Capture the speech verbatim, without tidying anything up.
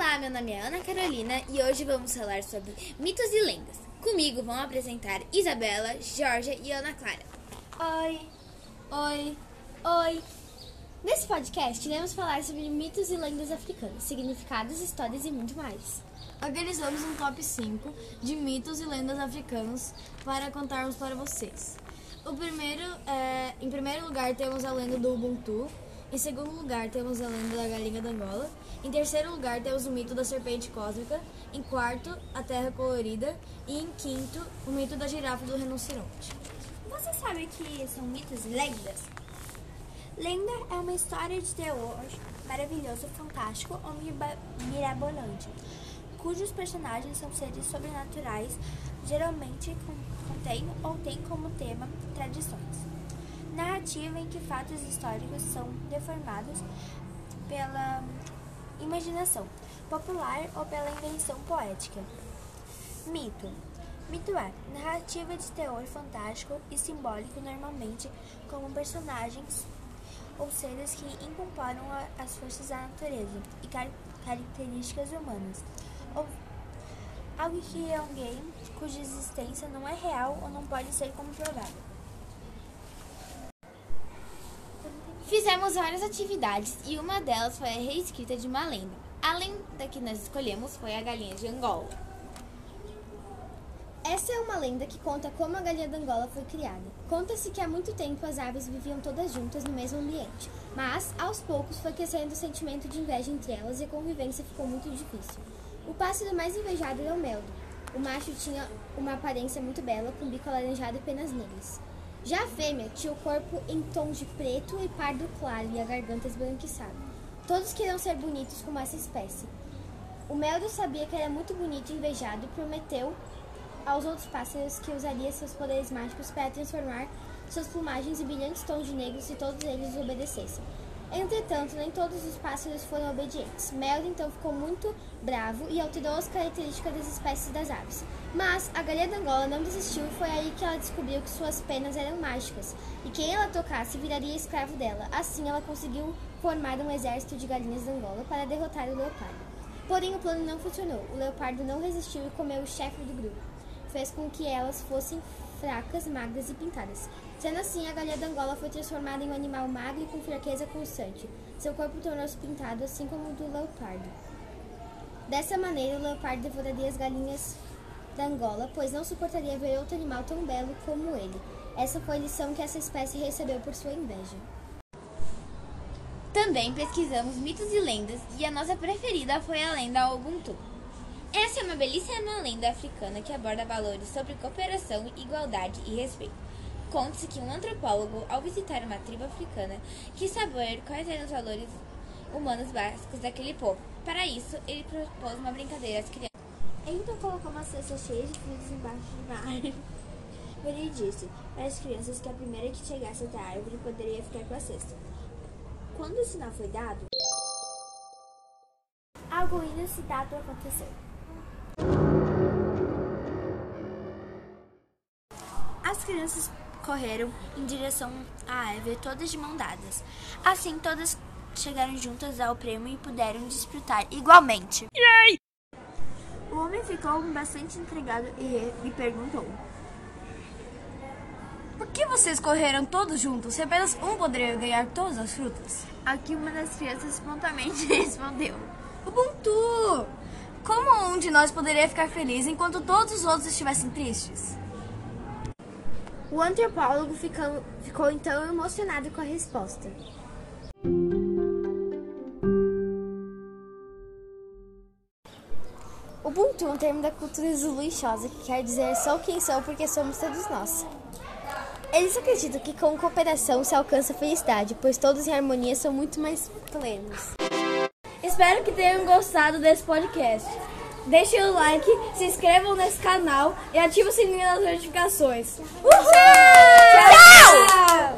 Olá, meu nome é Ana Carolina e hoje vamos falar sobre mitos e lendas. Comigo vão apresentar Isabela, Georgia e Ana Clara. Oi, oi, oi. Nesse podcast iremos falar sobre mitos e lendas africanos, significados, histórias e muito mais. Organizamos um top cinco de mitos e lendas africanos para contarmos para vocês. O primeiro, é, em primeiro lugar temos a lenda do Ubuntu. Em segundo lugar temos a lenda da galinha d'Angola. Em terceiro lugar temos o mito da serpente cósmica. Em quarto, a terra colorida. E em quinto, o mito da girafa e do rinoceronte. Você sabe o que são mitos e lendas? Lenda é uma história de terror maravilhoso, fantástico ou mirabolante, cujos personagens são seres sobrenaturais, geralmente contém ou tem como tema tradições. Narrativa em que fatos históricos são deformados pela imaginação popular ou pela invenção poética. Mito. Mito é narrativa de teor fantástico e simbólico, normalmente como personagens ou seres que incorporam as forças da natureza e car características humanas, ou algo que é alguém cuja existência não é real ou não pode ser comprovada. Fizemos várias atividades e uma delas foi a reescrita de uma lenda. A lenda que nós escolhemos foi a galinha de Angola. Essa é uma lenda que conta como a galinha d'Angola foi criada. Conta-se que há muito tempo as aves viviam todas juntas no mesmo ambiente, mas aos poucos foi crescendo o sentimento de inveja entre elas e a convivência ficou muito difícil. O pássaro mais invejado era o meldo. O macho tinha uma aparência muito bela, com bico alaranjado e penas negras. Já a fêmea tinha o corpo em tons de preto e pardo claro e a garganta esbranquiçada. Todos queriam ser bonitos como essa espécie. O meldo sabia que era muito bonito e invejado e prometeu aos outros pássaros que usaria seus poderes mágicos para transformar suas plumagens em brilhantes tons de negro se todos eles o obedecessem. Entretanto, nem todos os pássaros foram obedientes. Meldo então ficou muito bravo e alterou as características das espécies das aves. Mas a galinha d'Angola não desistiu e foi aí que ela descobriu que suas penas eram mágicas e quem ela tocasse viraria escravo dela. Assim, ela conseguiu formar um exército de galinhas d'Angola para derrotar o leopardo. Porém, o plano não funcionou. O leopardo não resistiu e comeu o chefe do grupo. Fez com que elas fossem fracas, magras e pintadas. Sendo assim, a galinha d'Angola foi transformada em um animal magro e com fraqueza constante. Seu corpo tornou-se pintado, assim como o do leopardo. Dessa maneira, o leopardo devoraria as galinhas da Angola, pois não suportaria ver outro animal tão belo como ele. Essa foi a lição que essa espécie recebeu por sua inveja. Também pesquisamos mitos e lendas e a nossa preferida foi a lenda Ubuntu. Essa é uma belíssima lenda africana que aborda valores sobre cooperação, igualdade e respeito. Conta-se que um antropólogo, ao visitar uma tribo africana, quis saber quais eram os valores humanos básicos daquele povo. Para isso, ele propôs uma brincadeira às crianças. Então colocou uma cesta cheia de frutas embaixo de uma árvore. Ele disse para as crianças que a primeira que chegasse até a árvore poderia ficar com a cesta. Quando o sinal foi dado, algo inusitado aconteceu. As crianças correram em direção à árvore, todas de mão dadas. Assim, todas chegaram juntas ao prêmio e puderam desfrutar igualmente. Yay! O homem ficou bastante intrigado e, e perguntou: Por que vocês correram todos juntos se apenas um poderia ganhar todas as frutas? Aqui uma das crianças prontamente respondeu: Ubuntu! Como um de nós poderia ficar feliz enquanto todos os outros estivessem tristes? O antropólogo ficou, ficou então emocionado com a resposta. Ubuntu é um termo da cultura zulu e xhosa que quer dizer sou quem sou porque somos todos nós. Eles acreditam que com cooperação se alcança a felicidade, pois todos em harmonia são muito mais plenos. Espero que tenham gostado desse podcast. Deixem o like, se inscrevam nesse canal e ativem o sininho das notificações. Uhul! Tchau! Tchau!